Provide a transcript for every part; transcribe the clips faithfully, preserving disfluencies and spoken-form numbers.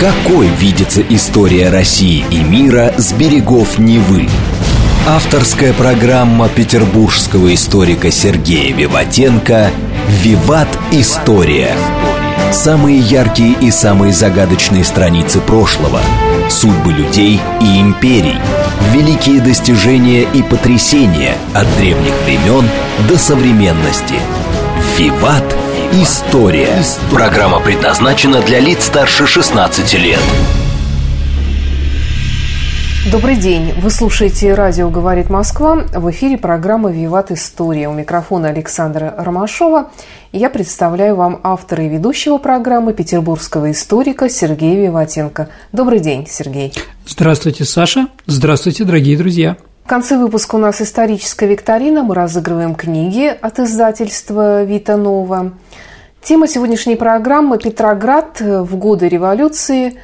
Какой видится история России и мира с берегов Невы? Авторская программа петербургского историка Сергея Виватенко «Виват. История». Самые яркие и самые загадочные страницы прошлого, судьбы людей и империй, великие достижения и потрясения от древних времен до современности. «Виват. История». Программа предназначена для лиц старше шестнадцати лет. Добрый день. Вы слушаете «Радио говорит Москва». В эфире программа «Виват. История». У микрофона Александра Ромашова. И я представляю вам автора и ведущего программы, петербургского историка Сергея Виватенко. Добрый день, Сергей. Здравствуйте, Саша. Здравствуйте, дорогие друзья. В конце выпуска у нас историческая викторина. Мы разыгрываем книги от издательства «Вита Нова». Тема сегодняшней программы – Петроград в годы революции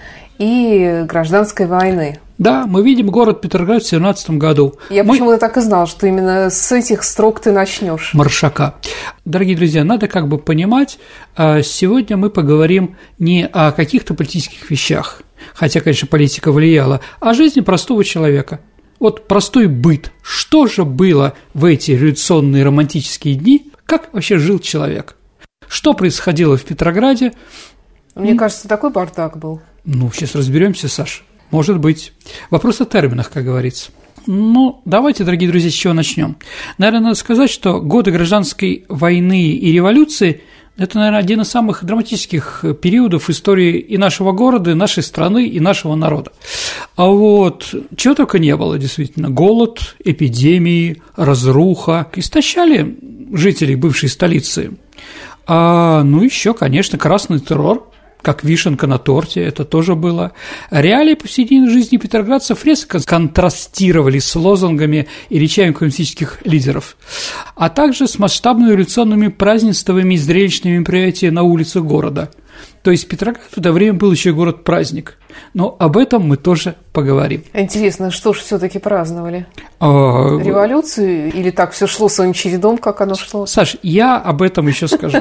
и гражданской войны. Да, мы видим город Петроград в семнадцатом году. Я мы... почему-то так и знал, что именно с этих строк ты начнешь. Маршака. Дорогие друзья, надо как бы понимать, сегодня мы поговорим не о каких-то политических вещах, хотя, конечно, политика влияла, а о жизни простого человека. Вот простой быт. Что же было в эти революционные романтические дни? Как вообще жил человек? Что происходило в Петрограде? Мне кажется, такой бардак был. Ну, сейчас разберемся, Саша. Может быть. Вопрос о терминах, как говорится. Ну, давайте, дорогие друзья, с чего начнем. Наверное, надо сказать, что годы гражданской войны и революции – это, наверное, один из самых драматических периодов истории и нашего города, и нашей страны, и нашего народа. А вот чего только не было, действительно. Голод, эпидемии, разруха истощали жителей бывшей столицы. А, ну, еще, конечно, красный террор, как вишенка на торте, это тоже было. Реалии повседневной жизни петроградцев резко контрастировали с лозунгами и речами коммунистических лидеров, а также с масштабными революционными празднествами и зрелищными мероприятиями на улицах города. То есть Петроград в это время был еще город-праздник. Но об этом мы тоже поговорим. Интересно, что же все-таки праздновали? А... Революцию или так все шло своим чередом, как оно шло? Саш, я об этом еще скажу.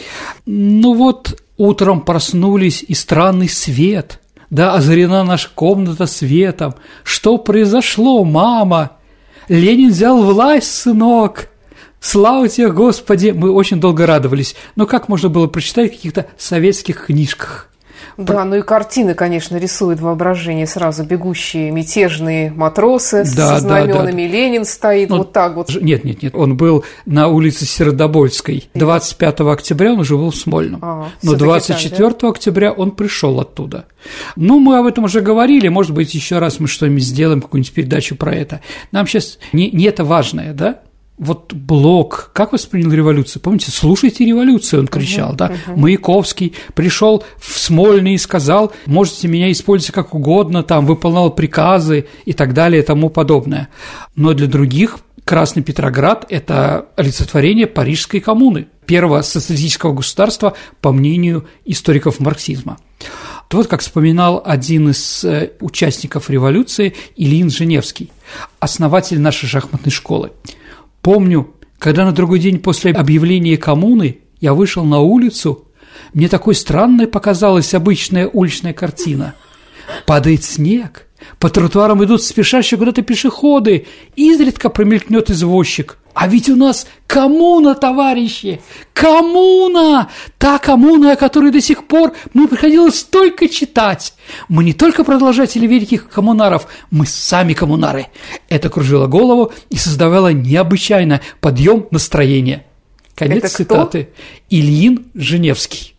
Ну вот, утром проснулись, и странный свет. Да, озарена наша комната светом. Что произошло, мама? Ленин взял власть, сынок. Слава тебе, Господи! Мы очень долго радовались. Но как можно было прочитать в каких-то советских книжках? Да, ну и картины, конечно, рисуют воображение сразу. Бегущие мятежные матросы да, со знаменами, да, да. Ленин стоит ну, вот так вот. Нет, нет, нет, он был на улице Сердобольской. двадцать пятого октября он уже был в Смольном. А, но двадцать четвёртого октября он пришел оттуда. Ну, мы об этом уже говорили, может быть, еще раз мы что-нибудь сделаем, какую-нибудь передачу про это. Нам сейчас не, не это важное, да? Вот Блок, как воспринял революцию? Помните, слушайте революцию, он кричал, uh-huh, да? Uh-huh. Маяковский пришел в Смольный и сказал, можете меня использовать как угодно, там, выполнял приказы и так далее и тому подобное. Но для других Красный Петроград – это олицетворение Парижской коммуны, первого социалистического государства, по мнению историков марксизма. Вот как вспоминал один из участников революции Ильин Женевский, основатель нашей шахматной школы. Помню, когда на другой день после объявления коммуны я вышел на улицу, мне такой странной показалась обычная уличная картина. Падает снег, по тротуарам идут спешащие куда-то пешеходы, изредка промелькнет извозчик. А ведь у нас коммуна, товарищи, коммуна, та коммуна, о которой до сих пор мне приходилось только читать. Мы не только продолжатели великих коммунаров, мы сами коммунары. Это кружило голову и создавало необычайно подъем настроения. Конец Это цитаты. Кто? Ильин Женевский.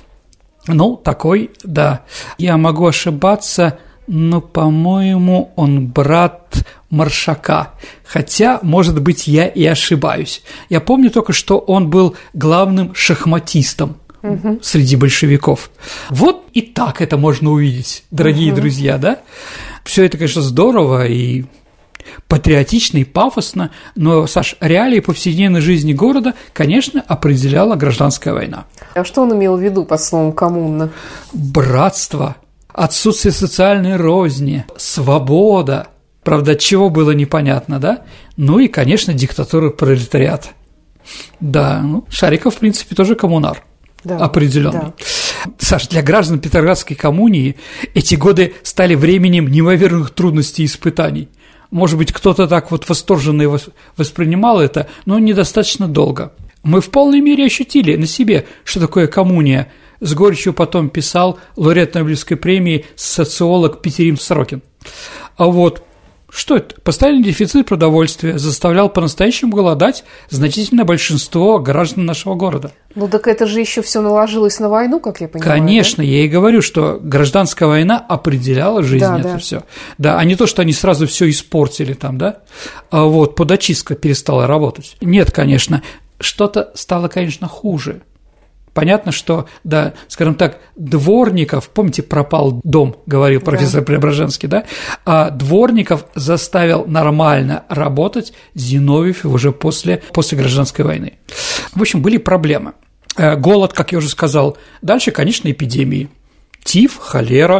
Ну, такой, да. Я могу ошибаться, но, по-моему, он брат Маршака, хотя, может быть, я и ошибаюсь. Я помню только, что он был главным шахматистом угу. среди большевиков. Вот и так это можно увидеть, дорогие угу. друзья, да? Все это, конечно, здорово и патриотично и пафосно, но, Саш, реалии повседневной жизни города, конечно, определяла гражданская война. А что он имел в виду под словом «коммуна»? Братство, отсутствие социальной розни, свобода. Правда, от чего было непонятно, да? Ну и, конечно, диктатура пролетариата. Да, ну, Шариков, в принципе, тоже коммунар. Да, определенный. Да. Саш, для граждан Петроградской коммунии эти годы стали временем неимоверных трудностей и испытаний. Может быть, кто-то так вот восторженно воспринимал это, но недостаточно долго. Мы в полной мере ощутили на себе, что такое коммуния. С горечью потом писал лауреат Нобелевской премии социолог Петерим Сорокин. А вот что это? Постоянный дефицит продовольствия заставлял по-настоящему голодать значительное большинство граждан нашего города. Ну так это же еще все наложилось на войну, как я понимаю. Конечно, да? Я и говорю, что гражданская война определяла жизнь, да, это да. все. Да, а не то, что они сразу все испортили там, да? А вот подочистка перестала работать. Нет, конечно, что-то стало, конечно, хуже. Понятно, что, да, скажем так, дворников, помните, пропал дом, говорил профессор да. Преображенский, да, а дворников заставил нормально работать Зиновьев уже после, после гражданской войны. В общем, были проблемы. Голод, как я уже сказал, дальше, конечно, эпидемии, тиф, холера,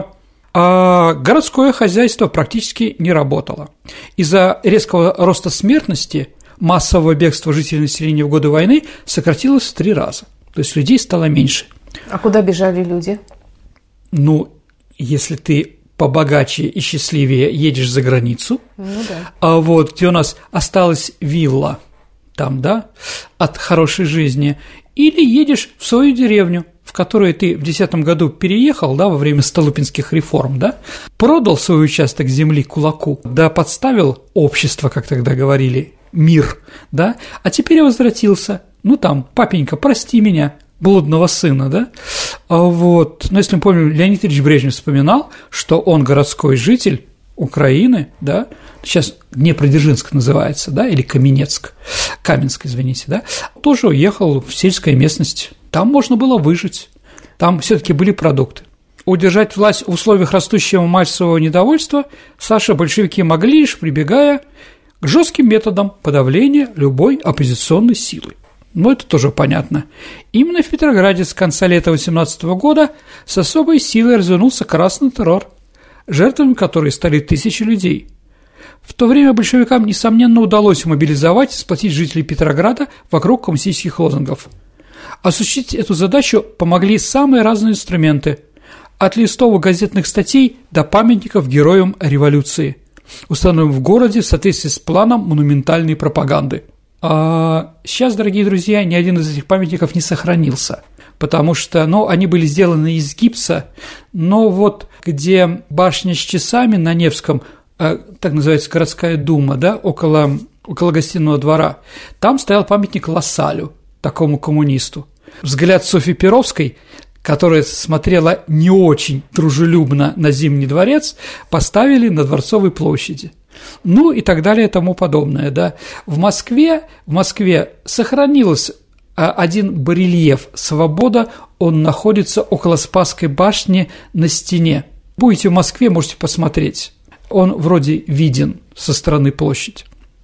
а городское хозяйство практически не работало. Из-за резкого роста смертности массового бегства жителей населения в годы войны сократилось в три раза. То есть людей стало меньше. А куда бежали люди? Ну, если ты побогаче и счастливее едешь за границу, ну, да. а вот где у нас осталась вилла, там, да, от хорошей жизни, или едешь в свою деревню, в которую ты в десятом году переехал, да, во время столыпинских реформ, да, продал свой участок земли кулаку, да, подставил общество, как тогда говорили, мир, да, а теперь возвратился. Ну, там, папенька, прости меня, блудного сына, да? А вот, ну, если мы помним, Леонид Ильич Брежнев вспоминал, что он городской житель Украины, да, сейчас Днепродзержинск называется, да, или Каменецк, Каменск, извините, да, тоже уехал в сельскую местность, там можно было выжить, там все-таки были продукты. Удержать власть в условиях растущего массового недовольства Саша большевики могли лишь прибегая к жестким методам подавления любой оппозиционной силы. Ну, это тоже понятно. Именно в Петрограде с конца лета восемнадцатого года с особой силой развернулся красный террор, жертвами которой стали тысячи людей. В то время большевикам, несомненно, удалось мобилизовать и сплотить жителей Петрограда вокруг коммунистических лозунгов. Осуществить эту задачу помогли самые разные инструменты – от листовок газетных статей до памятников героям революции, установленных в городе в соответствии с планом монументальной пропаганды. А сейчас, дорогие друзья, ни один из этих памятников не сохранился, потому что, ну, они были сделаны из гипса, но вот где башня с часами на Невском, так называется городская дума, да, около, около гостиного двора, там стоял памятник Лассалю, такому коммунисту. Взгляд Софьи Перовской, которая смотрела не очень дружелюбно на Зимний дворец, поставили на Дворцовой площади. Ну и так далее и тому подобное, да. В Москве, в Москве сохранился один барельеф «Свобода», он находится около Спасской башни на стене. Будете в Москве, можете посмотреть. Он вроде виден со стороны площади.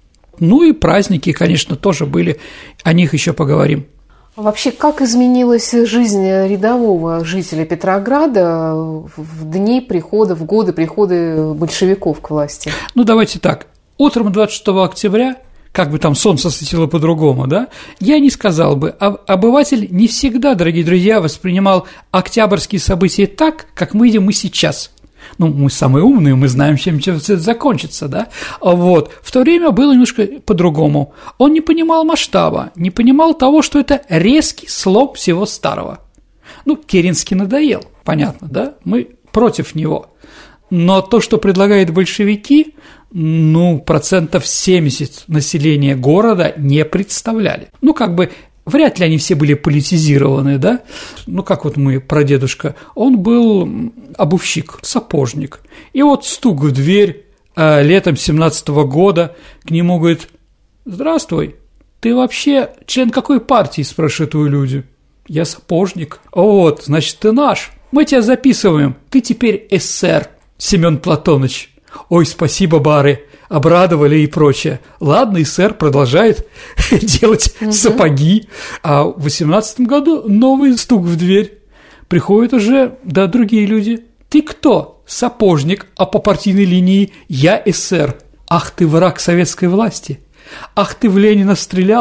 Ну и праздники, конечно, тоже были, о них еще поговорим. Вообще, как изменилась жизнь рядового жителя Петрограда в дни прихода, в годы прихода большевиков к власти? Ну, давайте так. Утром двадцать шестого октября, как бы там солнце светило по-другому, да, я не сказал бы, а обыватель не всегда, дорогие друзья, воспринимал октябрьские события так, как мы видим мы сейчас. Ну, мы самые умные, мы знаем, чем это закончится, да? Вот. В то время было немножко по-другому. Он не понимал масштаба, не понимал того, что это резкий слом всего старого. Ну, Керенский надоел, понятно, да? Мы против него. Но то, что предлагают большевики, ну, процентов семьдесят населения города не представляли. Ну, как бы вряд ли они все были политизированы, да? Ну, как вот мой прадедушка, он был обувщик, сапожник. И вот стук в дверь а, летом семнадцатого года, к нему говорит: «Здравствуй, ты вообще член какой партии?» – спрашивают его люди. «Я сапожник». «Вот, значит, ты наш. Мы тебя записываем. Ты теперь эсэр, Семен Платоныч». «Ой, спасибо, бары». Обрадовали и прочее. Ладно, и сэр продолжает делать угу. сапоги. А в восемнадцатом году новый стук в дверь. Приходят уже, да, другие люди. «Ты кто?» «Сапожник, а по партийной линии я эсэр». «Ах ты враг советской власти! Ах ты в Ленина стрелял!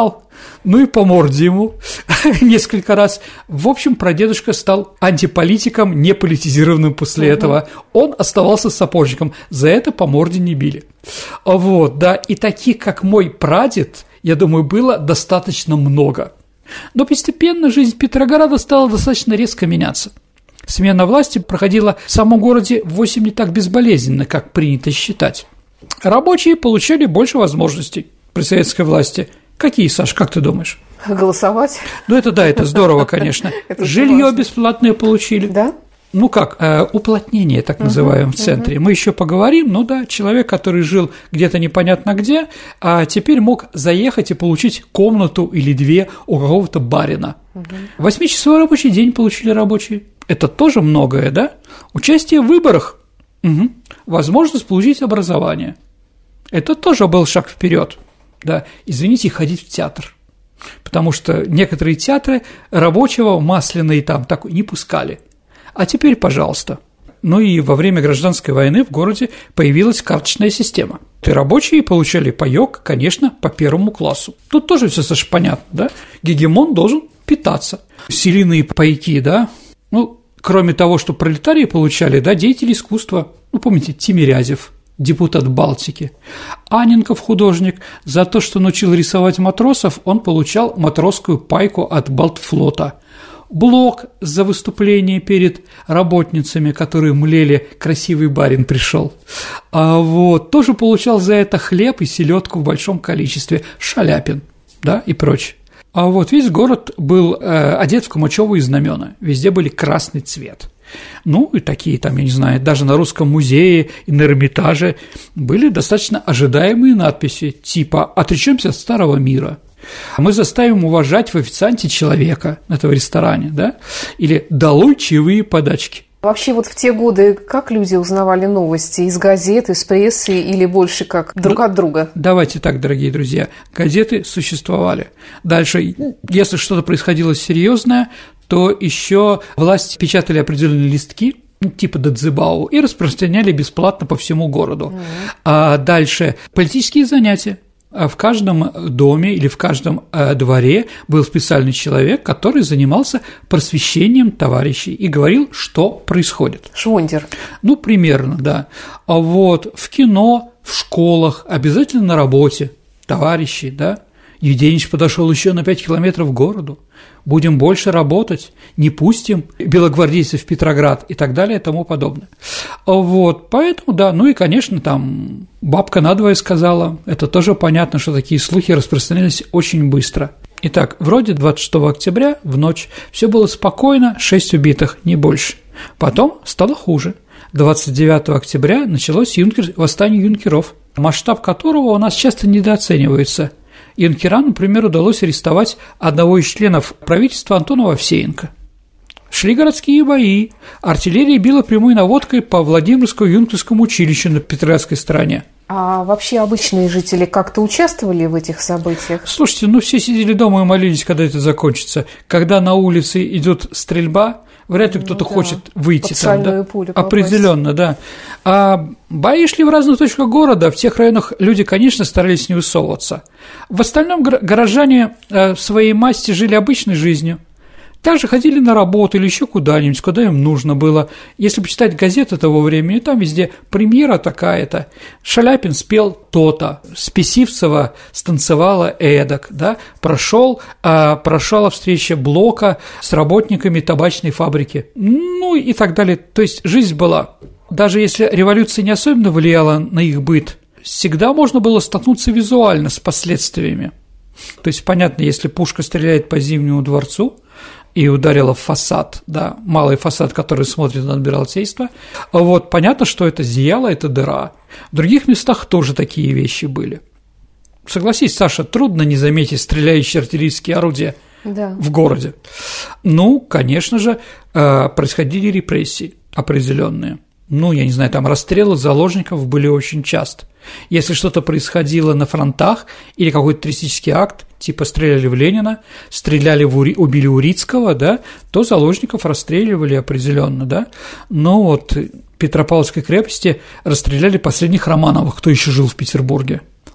ну и по морде ему несколько раз. В общем, прадедушка стал антиполитиком, неполитизированным после угу. этого. Он оставался сапожником, за это по морде не били. Вот, да, и таких, как мой прадед, я думаю, было достаточно много. Но постепенно жизнь Петрограда стала достаточно резко меняться. Смена власти проходила в самом городе вовсе не так безболезненно, как принято считать. Рабочие получали больше возможностей при советской власти. Какие, Саш, как ты думаешь? Голосовать? Ну, это да, это здорово, конечно. Жилье бесплатное получили. Да? Ну как, э, уплотнение, так называемое, uh-huh, в центре. Uh-huh. Мы еще поговорим, ну да, человек, который жил где-то непонятно где, а теперь мог заехать и получить комнату или две у какого-то барина. Uh-huh. Восьмичасовой рабочий день получили рабочие. Это тоже многое, да? Участие в выборах. Угу. Возможность получить образование. Это тоже был шаг вперед. Да, извините, ходить в театр. Потому что некоторые театры рабочего, масляные там, так не пускали. А теперь, пожалуйста. Ну и во время гражданской войны в городе появилась карточная система. И рабочие получали паёк, конечно, по первому классу. Тут тоже все, Саша, понятно, да? Гегемон должен питаться. Селиные пайки, да? Ну, кроме того, что пролетарии получали, да, деятели искусства. Ну, помните, Тимирязев, депутат Балтики. Анненков, художник, за то, что научил рисовать матросов, он получал матросскую пайку от Балтфлота. Блок за выступление перед работницами, которые млели, красивый барин пришел. А вот, тоже получал за это хлеб и селедку в большом количестве. Шаляпин, да, и прочее. А вот весь город был э, одет в кумачевые знамена, везде были красный цвет. Ну, и такие там, я не знаю, даже на Русском музее и на Эрмитаже были достаточно ожидаемые надписи, типа «Отречемся от старого мира», «Мы заставим уважать в официанте человека» этого ресторане, да, или «Долой чаевые подачки». Вообще вот в те годы как люди узнавали новости? Из газет, из прессы или больше как друг ну, от друга? Давайте так, дорогие друзья, газеты существовали. Дальше, если что-то происходило серьезное, то еще власти печатали определенные листки, типа Дадзебау, и распространяли бесплатно по всему городу. Mm-hmm. А дальше политические занятия. В каждом доме или в каждом дворе был специальный человек, который занимался просвещением товарищей и говорил, что происходит. Швондер. Ну, примерно, да. А вот в кино, в школах, обязательно на работе товарищи, да. Евгеньевич подошел еще на пять километров к городу. Будем больше работать, не пустим белогвардейцев в Петроград и так далее и тому подобное. Вот, поэтому, да, ну и, конечно, там бабка надвое сказала, это тоже понятно, что такие слухи распространялись очень быстро. Итак, вроде двадцать шестого октября в ночь все было спокойно, шесть убитых, не больше. Потом стало хуже. двадцать девятого октября началось юнкер... восстание юнкеров, масштаб которого у нас часто недооценивается. Юнкерам, например, удалось арестовать одного из членов правительства Антонова Овсеенко. Шли городские бои, артиллерия била прямой наводкой по Владимирскому юнкерскому училищу на Петроградской стороне. А вообще обычные жители как-то участвовали в этих событиях? Слушайте, ну все сидели дома и молились, когда это закончится. Когда на улице идет стрельба, вряд ли кто-то ну, да. хочет выйти там, да? Определенно, да. А бои шли в разных точках города, в тех районах люди, конечно, старались не высовываться. В остальном горожане в своей масти жили обычной жизнью. Также ходили на работу или еще куда-нибудь, куда им нужно было. Если почитать газеты того времени, там везде премьера такая-то. Шаляпин спел то-то, Списивцева станцевала эдак, да, прошел, а, прошла встреча Блока с работниками табачной фабрики, ну и так далее. То есть жизнь была. Даже если революция не особенно влияла на их быт, всегда можно было столкнуться визуально с последствиями. То есть, понятно, если пушка стреляет по Зимнему дворцу и ударила в фасад, да, малый фасад, который смотрит на Адмиралтейство, вот, понятно, что это зияла, это дыра. В других местах тоже такие вещи были. Согласись, Саша, трудно не заметить стреляющие артиллерийские орудия да. в городе. Ну, конечно же, происходили репрессии определенные. Ну, я не знаю, там расстрелы заложников были очень часто. Если что-то происходило на фронтах или какой-то террористический акт, типа стреляли в Ленина, стреляли в Ури... убили Урицкого, да, то заложников расстреливали определенно, да. Но вот в Петропавловской крепости расстреляли последних Романовых, кто еще жил в Петербурге.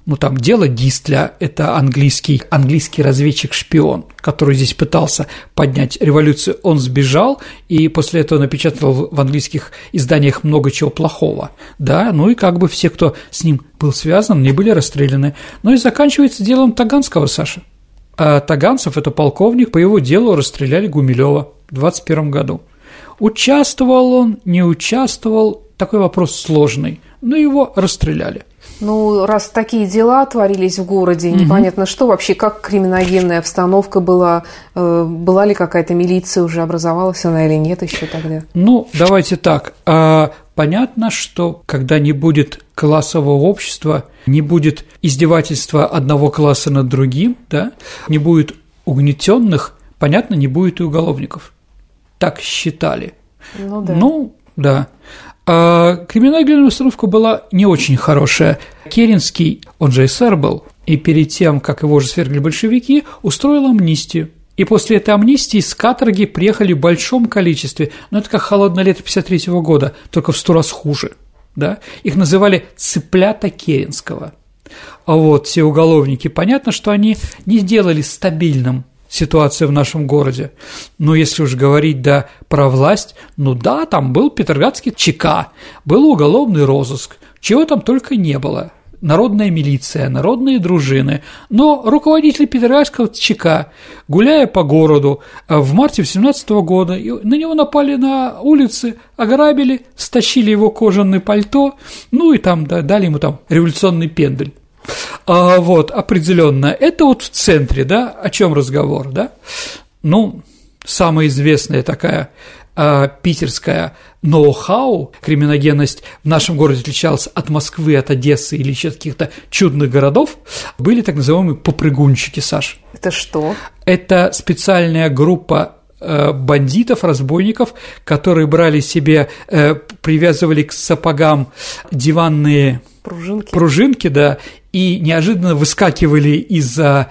Ну, там дело Дистля, это английский, английский разведчик-шпион, который здесь пытался поднять революцию. Он сбежал, и после этого напечатал в английских изданиях много чего плохого, да, ну и как бы все, кто с ним был связан, не были расстреляны. Ну и заканчивается делом Таганского, Саша. А Таганцев – это полковник, по его делу расстреляли Гумилёва в двадцать первом году. Участвовал он, не участвовал, такой вопрос сложный, но его расстреляли. Ну, раз такие дела творились в городе, угу. непонятно что вообще, как криминогенная обстановка была, э, была ли какая-то милиция уже, образовалась она или нет еще тогда? Ну, давайте так, а, понятно, что когда не будет классового общества, не будет издевательства одного класса над другим, да, не будет угнетенных, понятно, не будет и уголовников. Так считали. Ну, да. Ну, да. А криминальная установка была не очень хорошая. Керенский, он же эсер был, и перед тем, как его же свергли большевики, устроил амнистию. И после этой амнистии с каторги приехали в большом количестве, ну, это как холодное лето пятьдесят третьего года, только в сто раз хуже, да? Их называли «цыплята Керенского». А вот все уголовники, понятно, что они не сделали стабильным ситуацию в нашем городе. Но если уж говорить, да, про власть, ну да, там был Петроградский ЧК, был уголовный розыск, чего там только не было. Народная милиция, народные дружины. Но руководитель Петроградского ЧК, гуляя по городу в марте семнадцатого года, на него напали на улице, ограбили, стащили его кожаное пальто, ну и там, да, дали ему там революционный пендель. А, вот, определенно. Это вот в центре, да, о чем разговор, да? Ну, самая известная такая а, питерская ноу-хау, криминогенность в нашем городе отличалась от Москвы, от Одессы или еще каких-то чудных городов, были так называемые попрыгунчики, Саш. Это что? Это специальная группа бандитов, разбойников, которые брали себе, привязывали к сапогам диванные пружинки, пружинки, да, и неожиданно выскакивали из-за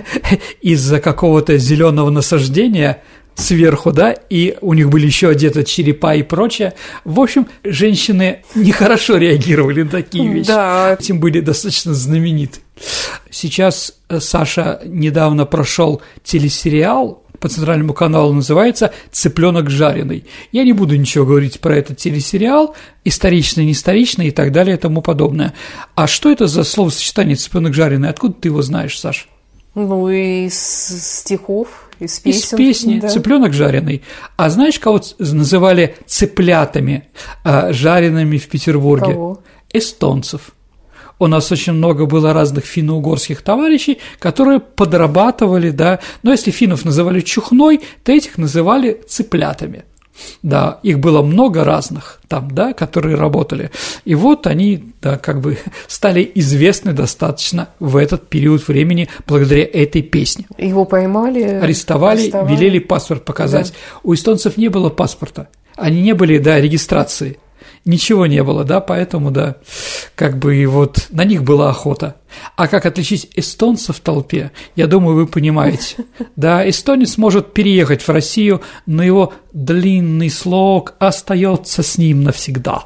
из-за какого-то зеленого насаждения сверху, да, и у них были еще одеты черепа и прочее. В общем, женщины нехорошо реагировали на такие вещи. Да. Этим были достаточно знамениты. Сейчас, Саша, недавно прошел телесериал по центральному каналу, называется «Цыпленок жареный». Я не буду ничего говорить про этот телесериал, историчный, не историчный и так далее и тому подобное. А что это за словосочетание «цыпленок жареный»? Откуда ты его знаешь, Саш? Ну, из стихов, из песен. Из песни, да. «Цыпленок жареный». А знаешь, кого называли цыплятами жареными в Петербурге? Кого? Эстонцев. У нас очень много было разных финно-угорских товарищей, которые подрабатывали, да, но если финнов называли чухной, то этих называли цыплятами. Да, их было много разных там, да, которые работали. И вот они, да, как бы стали известны достаточно в этот период времени благодаря этой песне. Его поймали, арестовали, арестовали. Велели паспорт показать. Да. У эстонцев не было паспорта, они не были, да, регистрации. Ничего не было, да, поэтому, да, как бы и вот на них была охота. А как отличить эстонца в толпе, я думаю, вы понимаете. Да, эстонец может переехать в Россию, но его длинный слог остается с ним навсегда.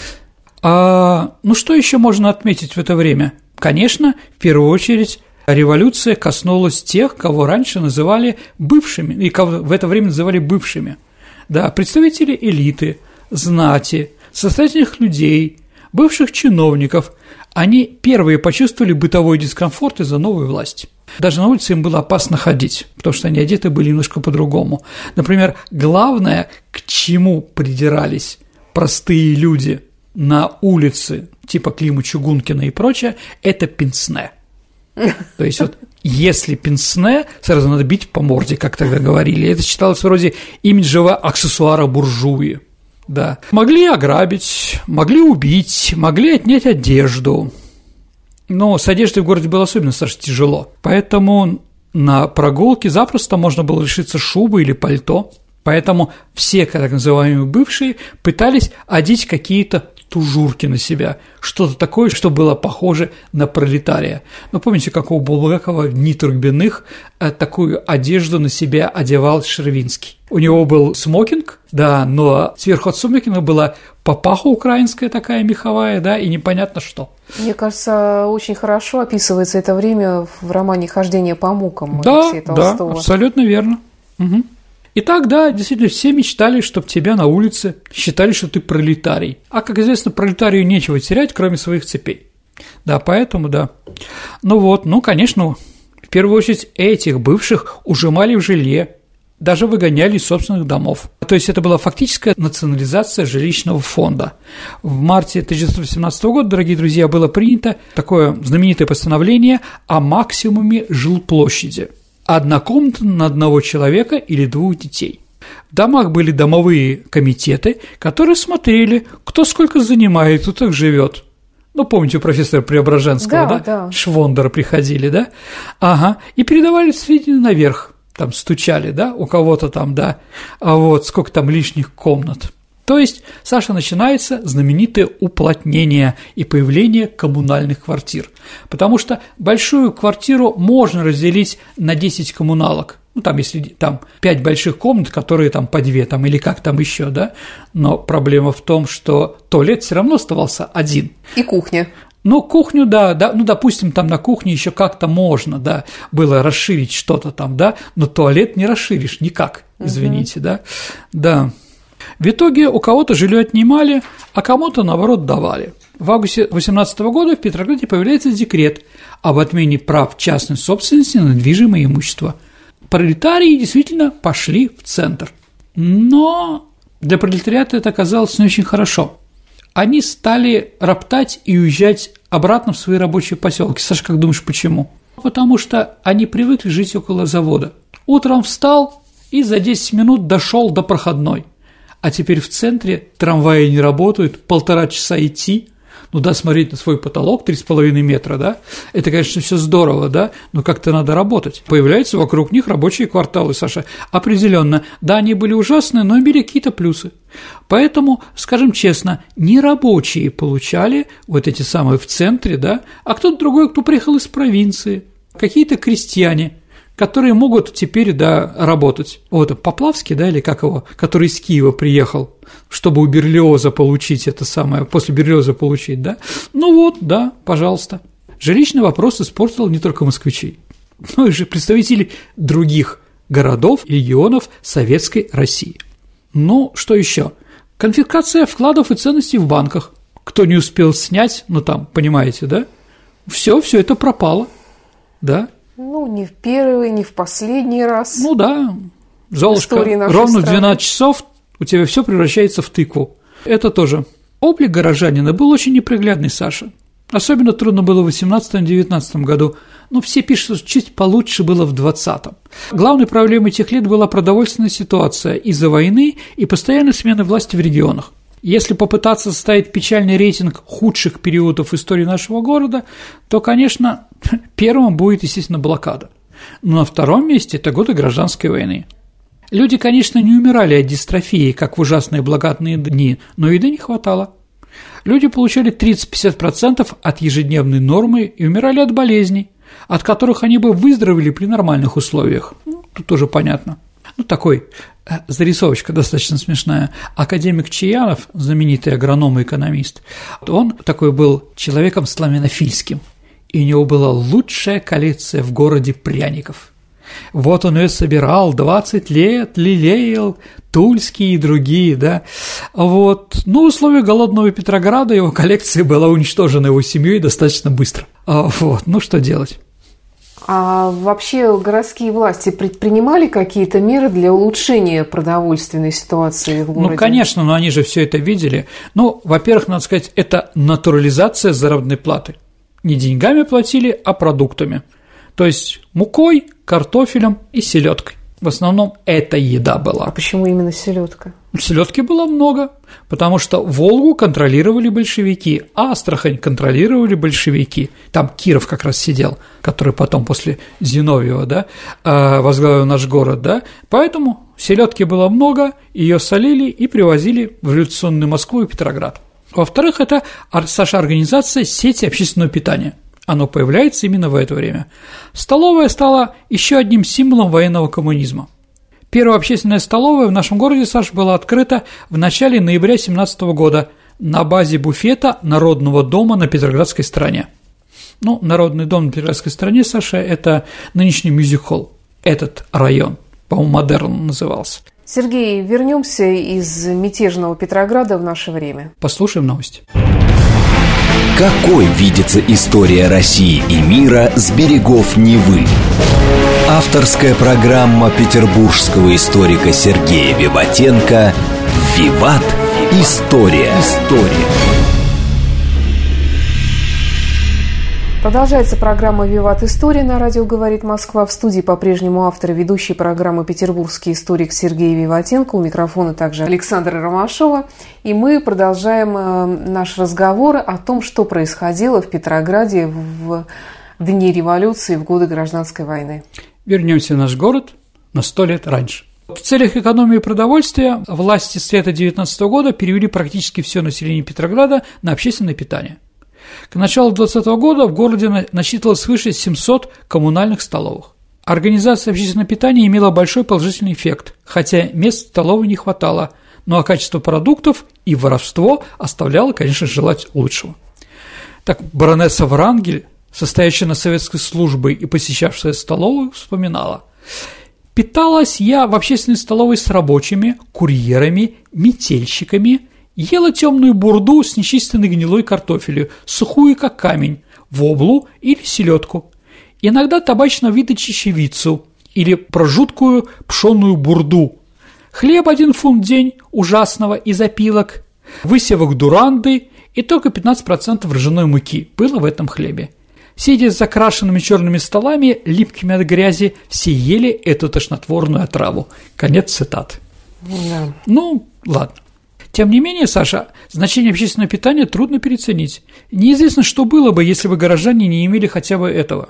А, ну, что еще можно отметить в это время? Конечно, в первую очередь, революция коснулась тех, кого раньше называли бывшими, и кого в это время называли бывшими. Да, представители элиты, знати, состоятельных людей, бывших чиновников, они первые почувствовали бытовой дискомфорт из-за новой власти. Даже на улице им было опасно ходить, потому что они одеты были немножко по-другому. Например, главное, к чему придирались простые люди на улице, типа Клима Чугункина и прочее, это пенсне. То есть вот если пенсне, сразу надо бить по морде, как тогда говорили. Это считалось вроде имиджевого аксессуара буржуи. Да. Могли ограбить, могли убить, могли отнять одежду. Но с одеждой в городе было особенно, Саша, тяжело. Поэтому на прогулке запросто можно было лишиться шубы или пальто. Поэтому все, так называемые бывшие, пытались одеть какие-то тужурки на себя, что-то такое, что было похоже на пролетария. Ну, помните, как у Булгакова в «Дни Турбиных» такую одежду на себя одевал Шервинский. У него был смокинг, да, но сверху от смокинга была папаха украинская такая меховая, да, и непонятно что. Мне кажется, очень хорошо описывается это время в романе «Хождение по мукам» да, Алексея Толстого. Да, абсолютно верно. Угу. Итак, да, действительно, все мечтали, чтобы тебя на улице считали, что ты пролетарий. А, как известно, пролетарию нечего терять, кроме своих цепей. Да, поэтому, да. Ну вот, ну, конечно, в первую очередь этих бывших ужимали в жилье, даже выгоняли из собственных домов. То есть это была фактическая национализация жилищного фонда. В марте тысяча девятьсот восемнадцатого года, дорогие друзья, было принято такое знаменитое постановление о максимуме жилплощади. Одна комната на одного человека или двух детей. В домах были домовые комитеты, которые смотрели, кто сколько занимает, кто так живет. Ну, помните, у профессора Преображенского, да, да? да. Швондера приходили, да? Ага, и передавали сведения наверх. Там стучали, да, у кого-то там, да, а вот сколько там лишних комнат. То есть, Саша, начинается знаменитое уплотнение и появление коммунальных квартир, потому что большую квартиру можно разделить на десять коммуналок, ну, там, если там пять больших комнат, которые там по две, там, или как там еще, да, но проблема в том, что туалет все равно оставался один. И кухня. Ну, кухню, да, да, ну, допустим, там на кухне еще как-то можно, да, было расширить что-то там, да, но туалет не расширишь никак, извините, uh-huh. да, да. В итоге у кого-то жилье отнимали, а кому-то, наоборот, давали. В августе восемнадцатого года в Петрограде появляется декрет об отмене прав частной собственности на недвижимое имущество. Пролетарии действительно пошли в центр, но для пролетариата это оказалось не очень хорошо. Они стали роптать и уезжать обратно в свои рабочие поселки. Саша, как думаешь, почему? Потому что они привыкли жить около завода. Утром встал и за десять минут дошел до проходной. А теперь в центре трамваи не работают, полтора часа идти, ну да, смотреть на свой потолок три с половиной метра, да, это, конечно, все здорово, да, но как-то надо работать. Появляются вокруг них рабочие кварталы, Саша, определенно, да, они были ужасные, но имели какие-то плюсы. Поэтому, скажем честно, не рабочие получали вот эти самые в центре, да, а кто-то другой, кто приехал из провинции, какие-то крестьяне, которые могут теперь, да, работать. Вот Поплавский, да, или как его, который из Киева приехал, чтобы у Берлиоза получить это самое, после Берлиоза получить, да. Ну вот, да, пожалуйста. Жилищный вопрос испортил не только москвичей, но и же представителей других городов и регионов Советской России. Ну, что еще? Конфискация вкладов и ценностей в банках. Кто не успел снять, ну там, понимаете, да? Все, все это пропало, да. Ну, не в первый, не в последний раз. Ну да, Золушка, ровно в двенадцать часов у тебя все превращается в тыкву. Это тоже. Облик горожанина был очень неприглядный, Саша. Особенно трудно было в восемнадцатом-девятнадцатом году, но все пишут, что чуть получше было в двадцатом. Главной проблемой тех лет была продовольственная ситуация из-за войны и постоянной смены власти в регионах. Если попытаться составить печальный рейтинг худших периодов истории нашего города, то, конечно, первым будет, естественно, блокада. Но на втором месте – это годы гражданской войны. Люди, конечно, не умирали от дистрофии, как в ужасные блокадные дни, но еды не хватало. Люди получали тридцать-пятьдесят процентов от ежедневной нормы и умирали от болезней, от которых они бы выздоровели при нормальных условиях. Ну, тут тоже понятно. Ну, такой зарисовочка достаточно смешная. Академик Чаянов, знаменитый агроном и экономист, он такой был человеком славянофильским, и у него была лучшая коллекция в городе пряников. Вот он ее собирал, двадцать лет лелеял, тульские и другие, да. Вот. Но в условиях голодного Петрограда его коллекция была уничтожена его семьей достаточно быстро. Вот. Ну, что делать? А вообще городские власти предпринимали какие-то меры для улучшения продовольственной ситуации в городе? Ну, конечно, но они же все это видели. Ну, во-первых, надо сказать, это натурализация заработной платы. Не деньгами платили, а продуктами. То есть мукой, картофелем и селедкой. В основном это еда была. А почему именно селедка? Селедки было много, потому что Волгу контролировали большевики, а Астрахань контролировали большевики. Там Киров как раз сидел, который потом после Зиновьева, да, возглавил наш город, да. Поэтому селедки было много, ее солили и привозили в революционную Москву и Петроград. Во-вторых, это, Саша, организация сети общественного питания. Оно появляется именно в это время. Столовая стала еще одним символом военного коммунизма. Первая общественная столовая в нашем городе, Саша, была открыта в начале ноября семнадцатого года на базе буфета Народного дома на Петроградской стороне. Ну, Народный дом на Петроградской стороне, Саша, это нынешний мюзик-холл. Этот район, по-моему, Модерн назывался. Сергей, вернемся из мятежного Петрограда в наше время. Послушаем новости. Какой видится история России и мира с берегов Невы? Авторская программа петербургского историка Сергея Виватенко «Виват. История». История. Продолжается программа «Виват. История» на радио «Говорит Москва». В студии по-прежнему автор и ведущий программы петербургский историк Сергей Виватенко. У микрофона также Александра Ромашова. И мы продолжаем наш разговор о том, что происходило в Петрограде в дни революции, в годы гражданской войны. Вернемся в наш город на сто лет раньше. В целях экономии продовольствия власти с лета девятнадцатого года перевели практически все население Петрограда на общественное питание. К началу двадцатого года в городе насчитывалось свыше семисот коммунальных столовых. Организация общественного питания имела большой положительный эффект, хотя мест в столовой не хватало, ну а качество продуктов и воровство оставляло, конечно, желать лучшего. Так баронесса Врангель, состоящая на советской службе и посещавшая столовую, вспоминала: «Питалась я в общественной столовой с рабочими, курьерами, метельщиками, ела темную бурду с нечищенной гнилой картофелью, сухую как камень, воблу или селедку, иногда табачного вида чечевицу или прожуткую пшеную бурду, хлеб один фунт в день ужасного из опилок, высевок дуранды и только пятнадцать процентов ржаной муки было в этом хлебе. Сидя с закрашенными черными столами, липкими от грязи, все ели эту тошнотворную отраву». Конец цитаты. Да. Ну, ладно. Тем не менее, Саша, значение общественного питания трудно переоценить. Неизвестно, что было бы, если бы горожане не имели хотя бы этого.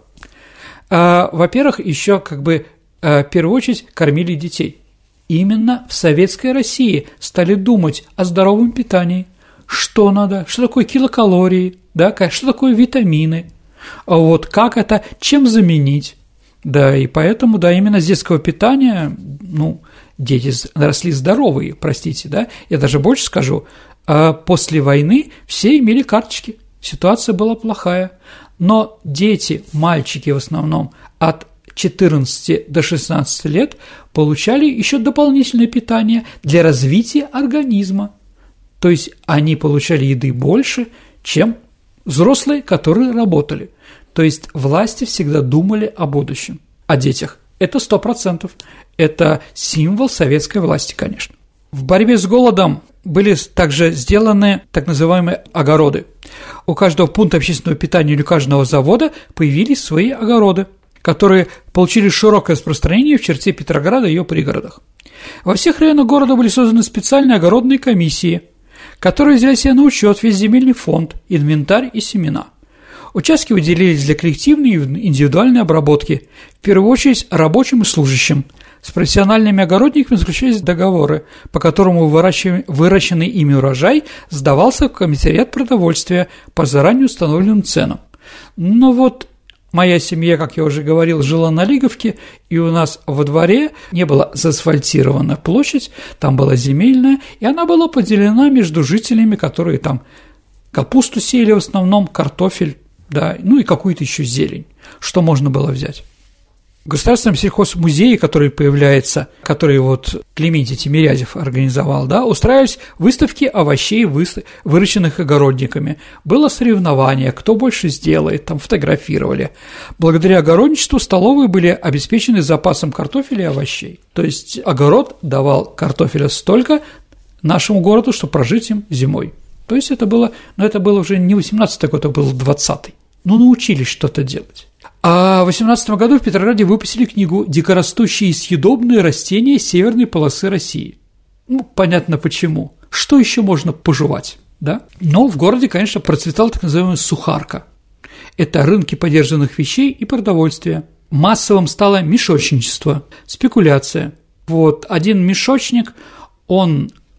А, во-первых, еще как бы а, в первую очередь кормили детей. Именно в советской России стали думать о здоровом питании. Что надо, что такое килокалории, да, что такое витамины, а вот как это, чем заменить. Да, и поэтому, да, именно с детского питания, ну, дети росли здоровые, простите, да, я даже больше скажу, после войны все имели карточки, ситуация была плохая, но дети, мальчики в основном от четырнадцати до шестнадцати лет получали еще дополнительное питание для развития организма, то есть они получали еды больше, чем взрослые, которые работали. То есть власти всегда думали о будущем, о детях. Это сто процентов. Это символ советской власти, конечно. В борьбе с голодом были также сделаны так называемые огороды. У каждого пункта общественного питания или у каждого завода появились свои огороды, которые получили широкое распространение в черте Петрограда и ее пригородах. Во всех районах города были созданы специальные огородные комиссии, которые взяли себе на учет весь земельный фонд, инвентарь и семена. Участки выделились для коллективной и индивидуальной обработки, в первую очередь рабочим и служащим. С профессиональными огородниками заключались договоры, по которому выращенный ими урожай сдавался в комиссариат продовольствия по заранее установленным ценам. Но вот моя семья, как я уже говорил, жила на Лиговке, и у нас во дворе не была заасфальтирована площадь, там была земельная, и она была поделена между жителями, которые там капусту сеяли в основном, картофель, да, ну и какую-то еще зелень, что можно было взять. В Государственном сельхозмузее, который появляется, который вот Клементий Тимирязев организовал, да, устраивались выставки овощей, выращенных огородниками. Было соревнование, кто больше сделает, там фотографировали. Благодаря огородничеству столовые были обеспечены запасом картофеля и овощей. То есть огород давал картофеля столько нашему городу, чтобы прожить им зимой. То есть это было, но это было уже не восемнадцатый год, это был двадцатый. Ну, научились что-то делать. А в восемнадцатом году в Петрограде выпустили книгу «Дикорастущие и съедобные растения северной полосы России». Ну, понятно почему. Что еще можно пожевать, да? Но в городе, конечно, процветала так называемая сухарка. Это рынки подержанных вещей и продовольствия. Массовым стало мешочничество, спекуляция. Вот один мешочник, он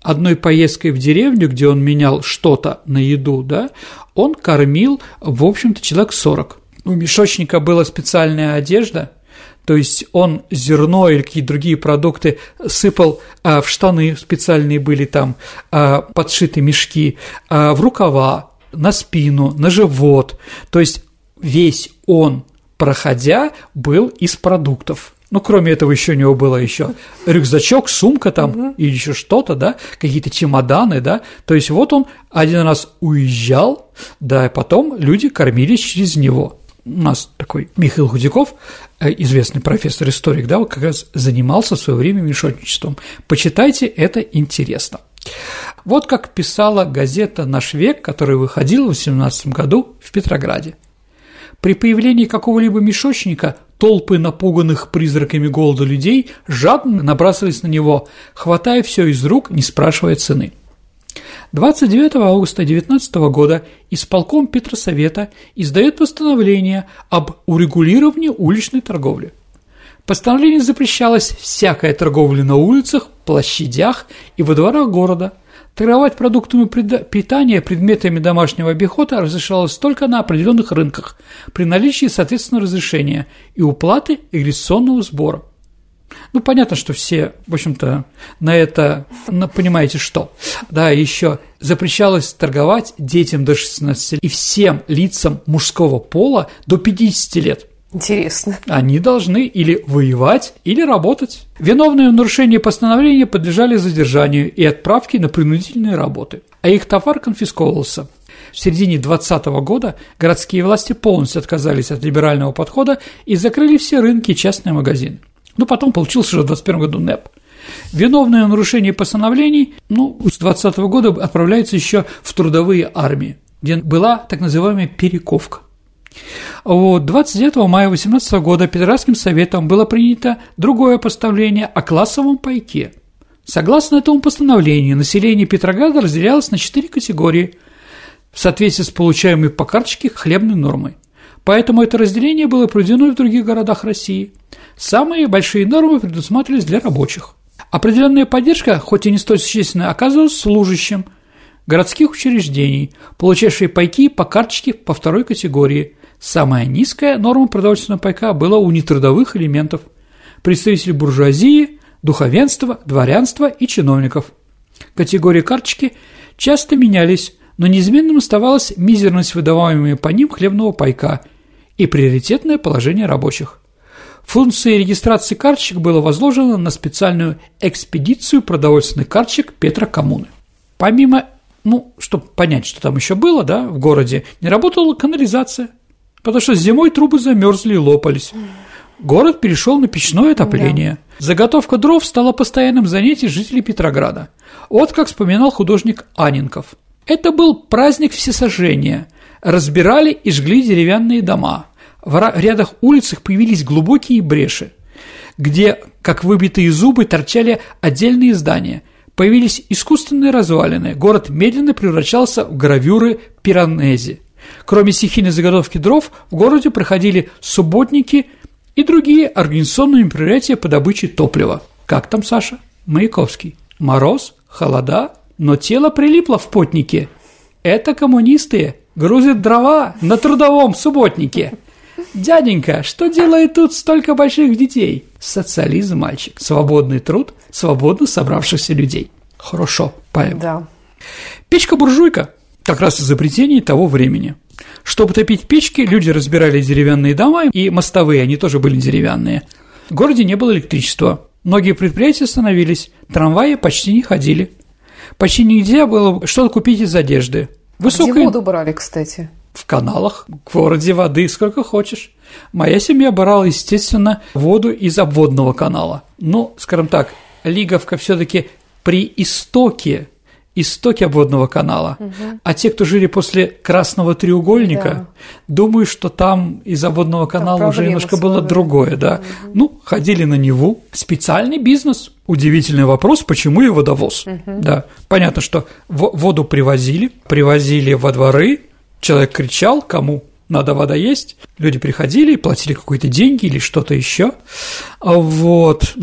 одной поездкой в деревню, где он менял что-то на еду, да, он кормил, в общем-то, человек сорок. У мешочника была специальная одежда, то есть он зерно или какие-то другие продукты сыпал а, в штаны, специальные были там а, подшиты мешки, а, в рукава, на спину, на живот, то есть весь он, проходя, был из продуктов. Ну, кроме этого, еще у него было еще рюкзачок, сумка там, угу. или еще что-то, да, какие-то чемоданы, да. То есть вот он один раз уезжал, да, и потом люди кормились через него. У нас такой Михаил Худяков, известный профессор-историк, да, вот как раз занимался в свое время мешочничеством. Почитайте, это интересно. Вот как писала газета «Наш век», которая выходила в восемнадцатом году в Петрограде. При появлении какого-либо мешочника толпы напуганных призраками голода людей жадно набрасывались на него, хватая все из рук, не спрашивая цены. двадцать девятого августа девятнадцатого года исполком Петросовета издает постановление об урегулировании уличной торговли. Постановление запрещалось всякая торговля на улицах, площадях и во дворах города. Торговать продуктами питания, предметами домашнего обихода разрешалось только на определенных рынках при наличии соответственного разрешения и уплаты регистрационного сбора. Ну, понятно, что все, в общем-то, на это, ну, понимаете, что. Да, еще запрещалось торговать детям до шестнадцати лет и всем лицам мужского пола до пятидесяти лет. Интересно. Они должны или воевать, или работать. Виновные в нарушении постановления подлежали задержанию и отправке на принудительные работы, а их товар конфисковывался. В середине двадцатого года городские власти полностью отказались от либерального подхода и закрыли все рынки и частные магазины. Ну, потом получился уже в двадцать первом году НЭП. Виновные в нарушении постановлений, ну, с двадцатого года отправляются еще в трудовые армии, где была так называемая перековка. Вот, двадцать девятого мая восемнадцатого года Петроградским советом было принято другое постановление о классовом пайке. Согласно этому постановлению, население Петрограда разделялось на четыре категории в соответствии с получаемой по карточке хлебной нормой. Поэтому это разделение было проведено и в других городах России. Самые большие нормы предусматривались для рабочих. Определенная поддержка, хоть и не столь существенная, оказывалась служащим городских учреждений, получавшие пайки по карточке по второй категории. Самая низкая норма продовольственного пайка была у нетрудовых элементов, представителей буржуазии, духовенства, дворянства и чиновников. Категории карточки часто менялись, но неизменным оставалась мизерность выдаваемого по ним хлебного пайка и приоритетное положение рабочих. Функция регистрации карточек была возложена на специальную экспедицию продовольственных карточек Петрокоммуны. Помимо, ну, чтобы понять, что там еще было, да, в городе, не работала канализация, потому что зимой трубы замерзли и лопались. Город перешел на печное отопление. Да. Заготовка дров стала постоянным занятием жителей Петрограда. Вот как вспоминал художник Анненков. Это был праздник всесожжения. Разбирали и жгли деревянные дома. В рядах улиц появились глубокие бреши, где, как выбитые зубы, торчали отдельные здания. Появились искусственные развалины. Город медленно превращался в гравюры Пиранези. Кроме стихийной заготовки дров, в городе проходили субботники и другие организационные мероприятия по добыче топлива. Как там, Саша? Маяковский. Мороз, холода, но тело прилипло в потнике. Это коммунисты грузят дрова на трудовом субботнике. Дяденька, что делает тут столько больших детей? Социализм, мальчик. Свободный труд свободно собравшихся людей. Хорошо, поэма. Да. Печка-буржуйка. Как раз изобретение того времени. Чтобы топить печки, люди разбирали деревянные дома, и мостовые, они тоже были деревянные. В городе не было электричества. Многие предприятия остановились, трамваи почти не ходили. Почти нельзя было что-то купить из одежды. Высокая... Где воду брали, кстати? В каналах, в городе воды сколько хочешь. Моя семья брала, естественно, воду из обводного канала. Ну, скажем так, Лиговка все-таки при истоке, истоке обводного канала. Угу. А те, кто жили после Красного треугольника, да. думаю, что там из обводного канала там уже немножко было другое, да. Угу. Ну, ходили на Неву. Специальный бизнес. Удивительный вопрос, почему и водовоз. Угу. Да, понятно, что воду привозили, привозили во дворы. Человек кричал, кому надо вода есть. Люди приходили, платили какие-то деньги или что-то еще. Вот, ну,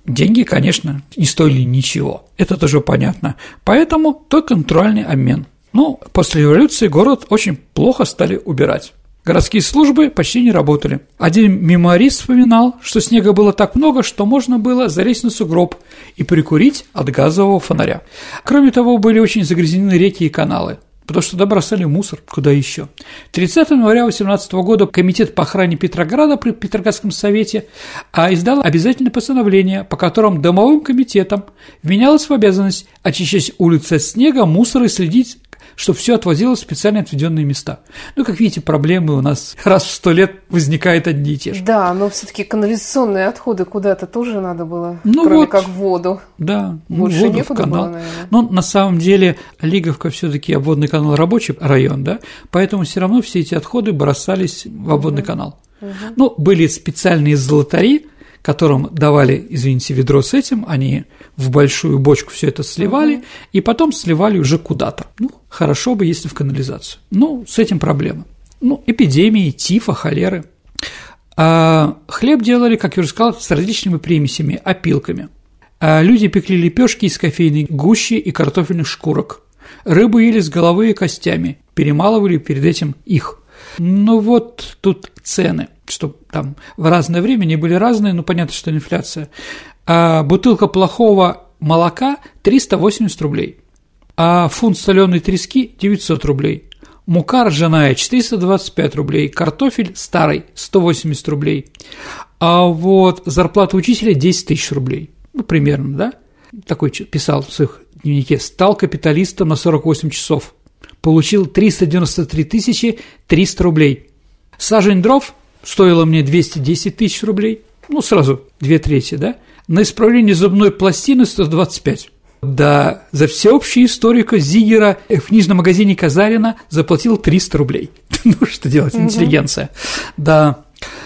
деньги, конечно, не стоили ничего, это тоже понятно, поэтому только натуральный обмен. Но после революции город очень плохо стали убирать. Городские службы почти не работали. Один мемуарист вспоминал, что снега было так много, что можно было залезть на сугроб и прикурить от газового фонаря. Кроме того, были очень загрязнены реки и каналы, потому что туда бросали мусор, куда еще. тридцатого января тысяча девятьсот восемнадцатого года Комитет по охране Петрограда при Петроградском совете издал обязательное постановление, по которому домовым комитетам вменялось в обязанность очищать улицы от снега, мусора и следить, чтобы все отвозилось в специально отведенные места. Ну, как видите, проблемы у нас раз в сто лет возникают одни и те же. Да, но все-таки канализационные отходы куда-то тоже надо было, ну кроме вот, как в воду. Да, больше воду некуда в канал. было, наверное. Но на самом деле Лиговка все-таки обводный канал рабочий район, да, поэтому все равно все эти отходы бросались в обводный угу. канал. Угу. Ну, были специальные золотари, которым давали, извините, ведро с этим, они в большую бочку все это сливали, угу. и потом сливали уже куда-то. Ну, хорошо бы, если в канализацию. Ну, с этим проблема. Ну, эпидемии, тифа, холеры. А хлеб делали, как я уже сказал, с различными примесями, опилками. А люди пекли лепешки из кофейной гущи и картофельных шкурок. Рыбу ели с головой и костями, перемалывали перед этим их. Ну, вот тут цены, что там в разное время они были разные, ну, понятно, что инфляция. А бутылка плохого молока – триста восемьдесят рублей, а фунт соленой трески – девятьсот рублей, мука ржаная – четыреста двадцать пять рублей, картофель старый – сто восемьдесят рублей, а вот зарплата учителя – десять тысяч рублей, ну, примерно, да? Такой писал в своих дневнике: «Стал капиталистом на сорок восемь часов, получил триста девяносто три тысячи триста рублей. Сажень дров стоило мне двести десять тысяч рублей, ну, сразу две трети, да? На исправление зубной пластины сто двадцать пять. Да, за всеобщую историка Зигера в книжном магазине Казарина заплатил триста рублей. Ну, что делать, интеллигенция. Да,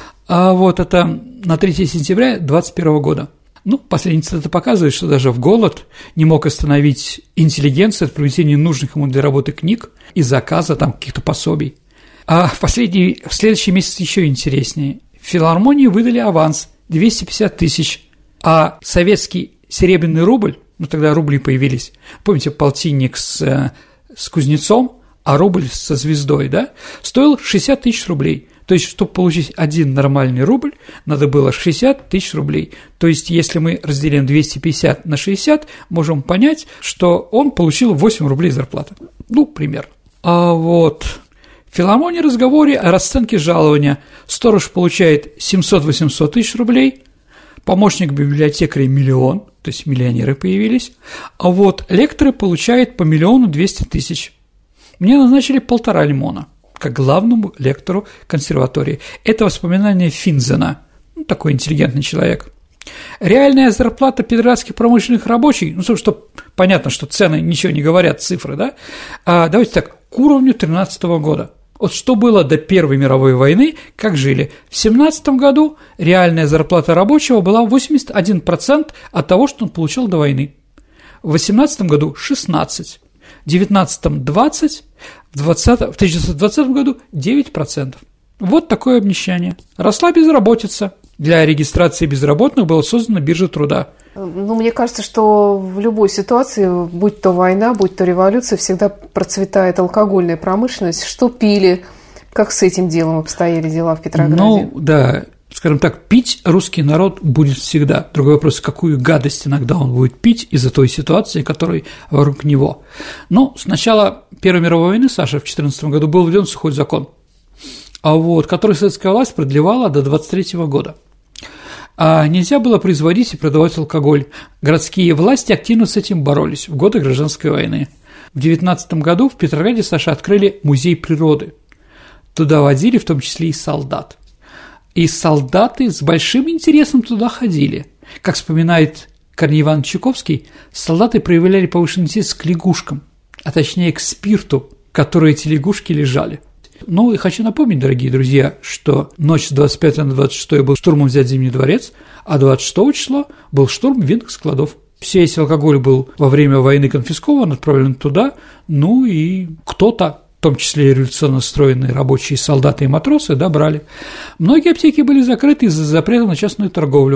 а вот это на третье сентября двадцать первого года. Ну, последняя цитата показывает, что даже в голод не мог остановить интеллигенцию от проведения нужных ему для работы книг и заказа там каких-то пособий. А в, последний, в следующий месяц еще интереснее. В филармонии выдали аванс двести пятьдесят тысяч, а советский серебряный рубль, ну тогда рубли появились, помните, полтинник с, с кузнецом, а рубль со звездой, да, стоил шестьдесят тысяч рублей. То есть, чтобы получить один нормальный рубль, надо было шестьдесят тысяч рублей. То есть, если мы разделим двести пятьдесят на шестьдесят, можем понять, что он получил восемь рублей зарплаты. Ну, примерно. А вот в филармонии разговоре о расценке жалования. Сторож получает семьсот-восемьсот тысяч рублей, помощник библиотекаря – миллион, то есть миллионеры появились, а вот лекторы получают по миллиону двести тысяч. Мне назначили полтора лимона как главному лектору консерватории. Это воспоминание Финзена, ну, такой интеллигентный человек. Реальная зарплата петроградских промышленных рабочих, ну, что понятно, что цены ничего не говорят, цифры, да? А, давайте так, к уровню тринадцатого года. Вот что было до Первой мировой войны, как жили. В семнадцатом году реальная зарплата рабочего была восемьдесят один процент от того, что он получил до войны. В восемнадцатом году шестнадцать процентов. В девятнадцатом – двадцать процентов, в тысяча девятьсот двадцатом году – девять процентов. Вот такое обнищание. Росла безработица. Для регистрации безработных была создана биржа труда. Ну, мне кажется, что в любой ситуации, будь то война, будь то революция, всегда процветает алкогольная промышленность. Что пили, как с этим делом обстояли дела в Петрограде? Ну, да, скажем так, пить русский народ будет всегда. Другой вопрос, какую гадость иногда он будет пить из-за той ситуации, которая вокруг него. Но с начала Первой мировой войны, Саша, в две тысячи четырнадцатом году был введен сухой закон, а вот, который советская власть продлевала до двадцать третьего года. А нельзя было производить и продавать алкоголь. Городские власти активно с этим боролись в годы гражданской войны. В девятнадцатом году в Петрограде, Саша, открыли музей природы. Туда водили в том числе и солдат. И солдаты с большим интересом туда ходили. Как вспоминает Корней Иванович Чуковский, солдаты проявляли повышенный интерес к лягушкам, а точнее к спирту, в котором эти лягушки лежали. Ну и хочу напомнить, дорогие друзья, что ночь с двадцать пятого на двадцать шестое был штурмом взят Зимний дворец, а двадцать шестого числа был штурм винных складов. Все эти алкоголь был во время войны конфискован, отправлен туда, ну и кто-то, в том числе и революционно настроенные рабочие, солдаты и матросы, да, брали. Многие аптеки были закрыты из-за запрета на частную торговлю.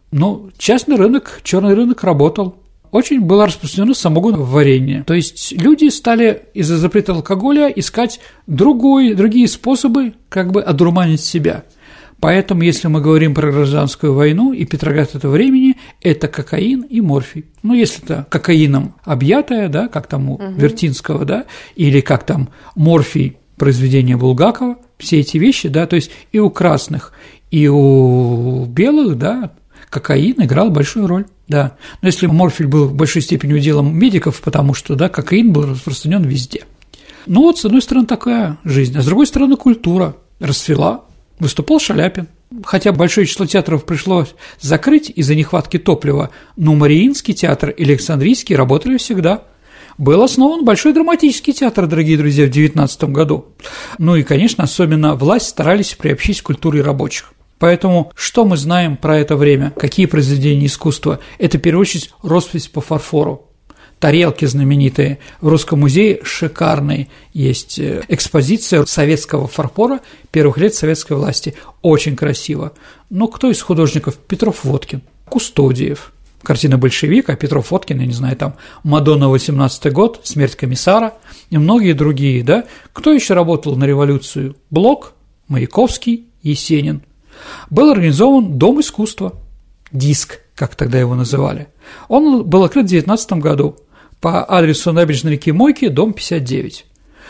Ну, частный рынок, черный рынок работал. Очень было распространено самогоноварение. То есть люди стали из-за запрета алкоголя искать другой, другие способы как бы одурманить себя. Поэтому, если мы говорим про гражданскую войну и Петроград этого времени, это кокаин и морфий. Ну, если это кокаином объятое, да, как там у угу. Вертинского, да, или как там морфий, произведение Булгакова, все эти вещи, да, то есть и у красных, и у белых, да, кокаин играл большую роль, да. Но если морфий был в большой степени уделом медиков, потому что, да, кокаин был распространен везде. Ну, вот, с одной стороны, такая жизнь, а с другой стороны, культура расцвела. Выступал Шаляпин. Хотя большое число театров пришлось закрыть из-за нехватки топлива, но Мариинский театр и Александрийский работали всегда. Был основан Большой драматический театр, дорогие друзья, в девятнадцатом году. Ну и, конечно, особенно власть старались приобщить к культуре рабочих. Поэтому что мы знаем про это время, какие произведения искусства? Это, в первую очередь, роспись по фарфору. Тарелки знаменитые. В Русском музее шикарные есть экспозиция советского фарфора первых лет советской власти. Очень красиво. Но кто из художников? Петров-Водкин, Кустодиев. Картина «Большевик», а Петров-Водкин, я не знаю, там «Мадонна, восемнадцатый год», «Смерть комиссара» и многие другие, да? Кто еще работал на революцию? Блок, Маяковский, Есенин. Был организован Дом искусства, ДИСК, как тогда его называли. Он был открыт в девятнадцатом году по адресу набережной реки Мойки, дом пятьдесят девять.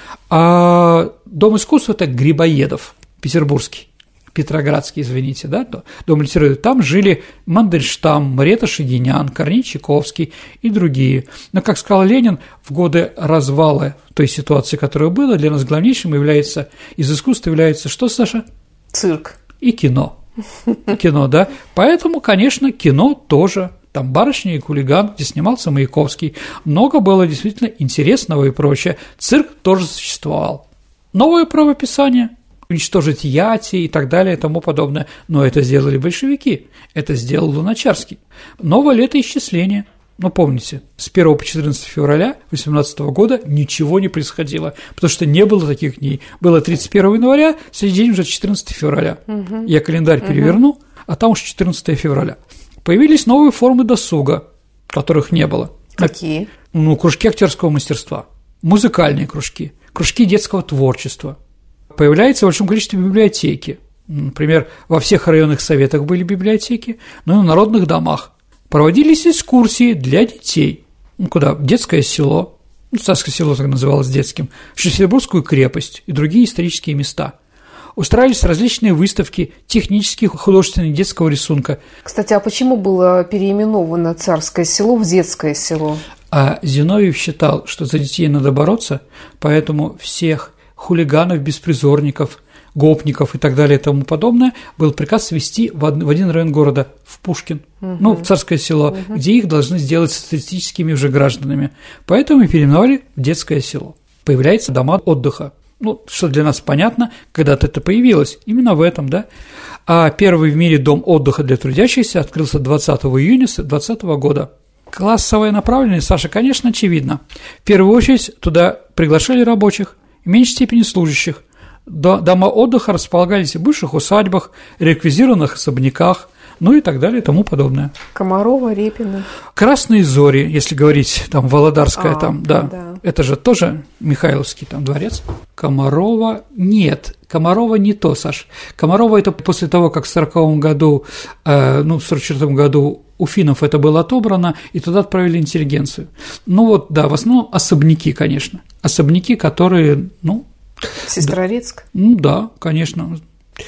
А Дом искусства – это Грибоедов, петербургский, петроградский, извините, да, Дом литературы. Там жили Мандельштам, Марета Шагинян, Корней Чайковский и другие. Но, как сказал Ленин, в годы развала той ситуации, которая была, для нас главнейшим является, из искусства является что, Саша? Цирк. И кино. Кино, да. Поэтому, конечно, кино тоже. Там «Барышня и хулиган», где снимался Маяковский. Много было действительно интересного и прочее. Цирк тоже существовал. Новое правописание, уничтожить яти и так далее и тому подобное. Но это сделали большевики, это сделал Луначарский. Новое летоисчисление. Ну, помните, с первого по четырнадцатое февраля восемнадцатого года ничего не происходило, потому что не было таких дней. Было тридцать первого января, следующий день уже четырнадцатое февраля. Угу. Я календарь угу. переверну, а там уж четырнадцатое февраля. Появились новые формы досуга, которых не было. Какие? Ну, кружки актерского мастерства, музыкальные кружки, кружки детского творчества. Появляется в большом количестве библиотеки. Например, во всех районных советах были библиотеки, но и в народных домах. Проводились экскурсии для детей. Ну, куда? В детское село, ну, Царское село так называлось детским, Шлиссельбургскую крепость и другие исторические места. Устраивались различные выставки технических, художественных, детского рисунка. Кстати, а почему было переименовано Царское село в детское село? А Зиновьев считал, что за детей надо бороться, поэтому всех хулиганов, беспризорников, гопников и так далее и тому подобное был приказ свести в один район города, в Пушкин, угу. ну, в Царское село, угу. где их должны сделать социалистическими уже гражданами. Поэтому переименовали в детское село. Появляются дома отдыха. Ну, что для нас понятно, когда-то это появилось, именно в этом, да. А первый в мире дом отдыха для трудящихся открылся двадцатого июня двадцатого года. Классовая направленность, Саша, конечно, очевидно. В первую очередь туда приглашали рабочих, в меньшей степени служащих. Дома отдыха располагались в бывших усадьбах, реквизированных особняках, ну и так далее и тому подобное. Комарова, Репина. Красные зори, если говорить, там, Володарская, а, там, да. да. Это же тоже Михайловский там дворец. Комарова нет, Комарова не то, Саш. Комарова – это после того, как в сороковом году, э, ну, в сорок четвёртом году у финнов это было отобрано, и туда отправили интеллигенцию. Ну вот, да, в основном особняки, конечно. Особняки, которые, ну… Сестрорецк? Да, ну да, конечно.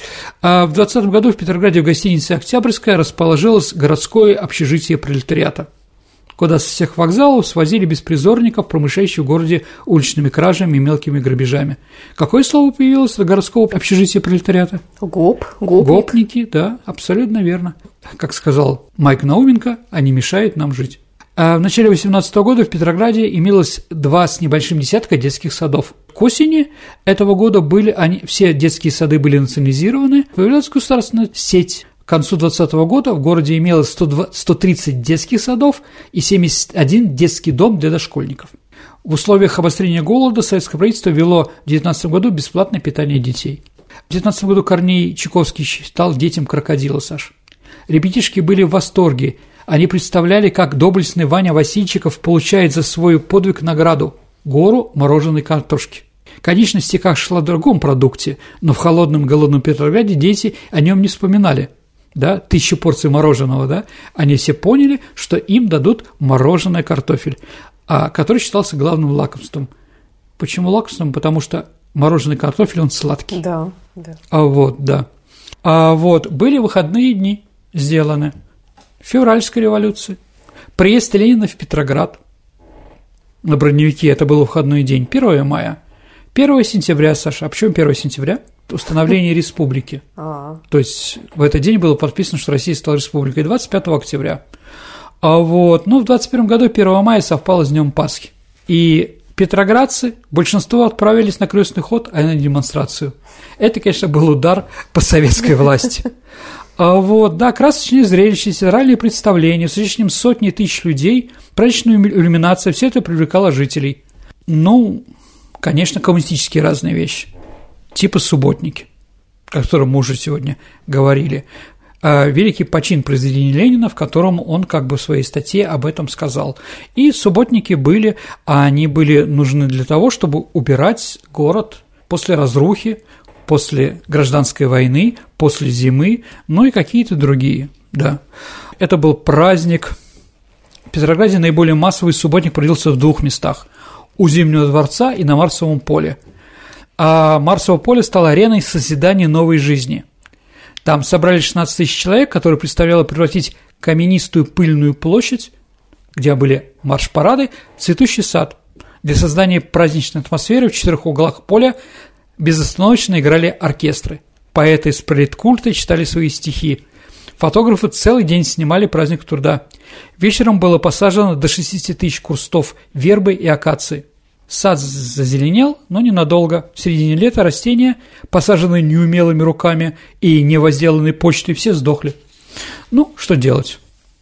А в двадцатом году в Петрограде в гостинице «Октябрьская» расположилось городское общежитие пролетариата, куда со всех вокзалов свозили беспризорников, промышляющих в городе уличными кражами и мелкими грабежами. Какое слово появилось для городского общежития пролетариата? Гоп, гопник. Гопники, да, абсолютно верно. Как сказал Майк Науменко, они мешают нам жить. А в начале восемнадцатого года в Петрограде имелось два с небольшим десятка детских садов. К осени этого года были они, все детские сады были национализированы, появилась государственная сеть. К концу двадцатого года в городе имелось сто тридцать детских садов и семьдесят один детский дом для дошкольников. В условиях обострения голода советское правительство ввело в девятнадцатом году бесплатное питание детей. В девятнадцатом году Корней Чайковский читал детям крокодила, Саш. Ребятишки были в восторге. Они представляли, как доблестный Ваня Васильчиков получает за свой подвиг награду – гору мороженой картошки. Конечно, стихах шла о другом продукте, но в холодном голодном Петрограде дети о нем не вспоминали. Да, тысячу порций мороженого, да, они все поняли, что им дадут мороженый картофель, а, который считался главным лакомством. Почему лакомством? Потому что мороженый картофель, он сладкий. Да, да. А вот, да. А вот, были выходные дни сделаны. Февральской революции. Приезд Ленина в Петроград на броневике, это был выходной день, первого мая. первого сентября, Саша, а почему первого сентября? Установление республики. А-а-а. То есть в этот день было подписано, что Россия стала республикой, двадцать пятого октября. А вот, ну, в двадцать первом году первого мая совпало с Днем Пасхи. И петроградцы, большинство отправились на крестный ход, а не на демонстрацию. Это, конечно, был удар по советской власти. А вот, да, красочные зрелища, театральные представления, с участием сотни тысяч людей, праздничная иллюминация, все это привлекало жителей. Ну, конечно, коммунистические разные вещи. Типа субботники, о котором мы уже сегодня говорили. Великий почин произведения Ленина, в котором он как бы в своей статье об этом сказал. И субботники были, а они были нужны для того, чтобы убирать город после разрухи, после гражданской войны, после зимы, ну и какие-то другие, да. Это был праздник. В Петрограде наиболее массовый субботник проводился в двух местах – у Зимнего дворца и на Марсовом поле. А Марсово поле стало ареной созидания новой жизни. Там собрались шестнадцать тысяч человек, которые представляло превратить каменистую пыльную площадь, где были марш-парады, в цветущий сад. Для создания праздничной атмосферы в четырех углах поля безостановочно играли оркестры. Поэты из политкульта читали свои стихи. Фотографы целый день снимали праздник труда. Вечером было посажено до шестидесяти тысяч кустов вербы и акации. Сад зазеленел, но ненадолго. В середине лета растения, посаженные неумелыми руками и не возделанные почтой, все сдохли. Ну, что делать?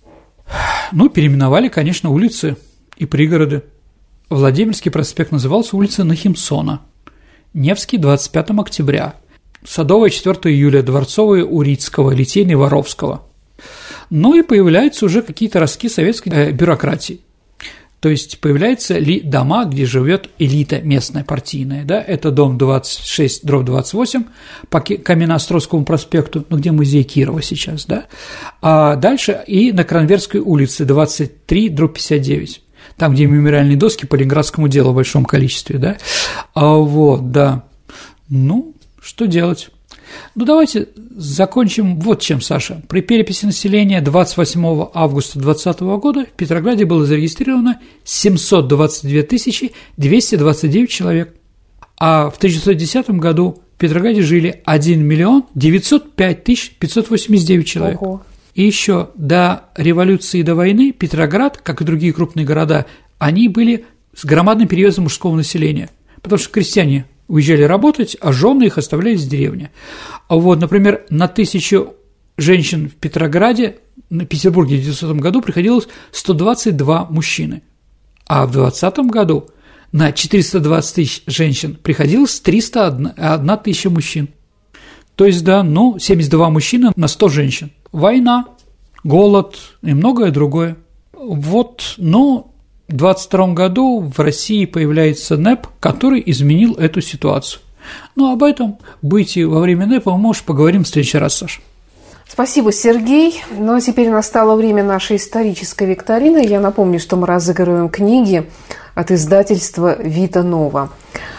Ну, переименовали, конечно, улицы и пригороды. Владимирский проспект назывался улица Нахимсона, Невский – двадцать пятого октября, Садовая – четвёртого июля, Дворцовая – Урицкого, Литейный – Воровского. Ну и появляются уже какие-то ростки советской э, бюрократии. То есть появляются ли дома, где живет элита местная, партийная, да, это дом двадцать шесть дробь двадцать восемь по Каменноостровскому проспекту, ну, где музей Кирова сейчас, да, а дальше и на Кранверской улице двадцать три дробь пятьдесят девять, там, где мемориальные доски по Ленинградскому делу в большом количестве, да, а вот, да, ну, что делать? Ну, давайте закончим вот чем, Саша. При переписи населения двадцать восьмого августа двадцатого года в Петрограде было зарегистрировано семьсот двадцать две тысячи двести двадцать девять человек, а в тысяча девятьсот десятом году в Петрограде жили один миллион девятьсот пять тысяч пятьсот восемьдесят девять человек. Ого. И еще до революции и до войны Петроград, как и другие крупные города, они были с громадным перевесом мужского населения, потому что крестьяне уезжали работать, а жены их оставляли в деревне. А вот, например, на тысячу женщин в Петрограде, на Петербурге в девятисотом году приходилось сто двадцать два мужчины, а в двадцатом году на четыреста двадцать тысяч женщин приходилось триста одна тысяча мужчин. То есть, да, ну, семьдесят два мужчины на сто женщин. Война, голод и многое другое. Вот, но в двадцать втором году в России появляется НЭП, который изменил эту ситуацию. Но об этом бытии во время НЭПа мы, может, поговорим в следующий раз, Саша. Спасибо, Сергей. Ну, а теперь настало время нашей исторической викторины. Я напомню, что мы разыгрываем книги от издательства «Вита Нова».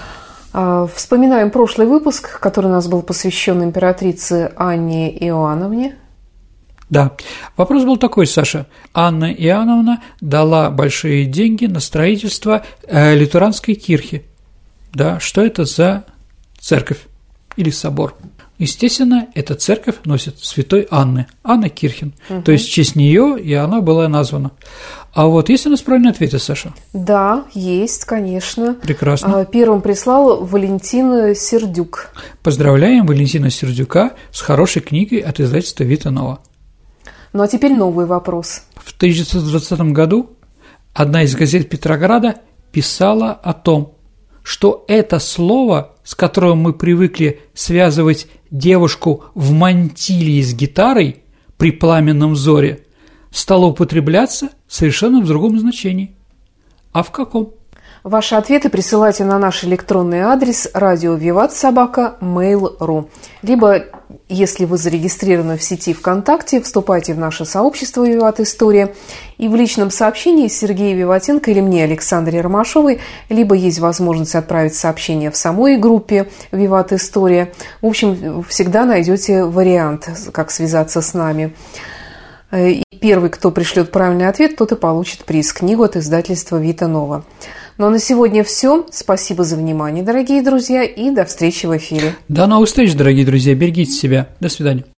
Вспоминаем прошлый выпуск, который у нас был посвящен императрице Анне Иоанновне. Да. Вопрос был такой, Саша. Анна Иоанновна дала большие деньги на строительство э, лютеранской кирхи. Да, что это за церковь или собор? Естественно, эта церковь носит святой Анны, Анна Кирхен. Угу. То есть в честь нее и она была названа. А вот есть у нас правильные ответы, Саша? Да, есть, конечно. Прекрасно. Первым прислал Валентина Сердюк. Поздравляем Валентина Сердюка с хорошей книгой от издательства «Вита Нова». Ну а теперь новый вопрос. В тысяча девятьсот двадцатом году одна из газет Петрограда писала о том, что это слово, с которым мы привыкли связывать девушку в мантилии с гитарой, при пламенном взоре стало употребляться совершенно в другом значении. А в каком? Ваши ответы присылайте на наш электронный адрес радио виват собака мейл точка ру. Либо, если вы зарегистрированы в сети ВКонтакте, вступайте в наше сообщество «Виват История», и в личном сообщении Сергею Виватенко или мне, Александре Ромашовой, либо есть возможность отправить сообщение в самой группе «Виват История». В общем, всегда найдете вариант, как связаться с нами. И первый, кто пришлет правильный ответ, тот и получит приз, книгу от издательства «Вита Нова». Ну а на сегодня все. Спасибо за внимание, дорогие друзья, и до встречи в эфире. До новых встреч, дорогие друзья. Берегите себя. До свидания.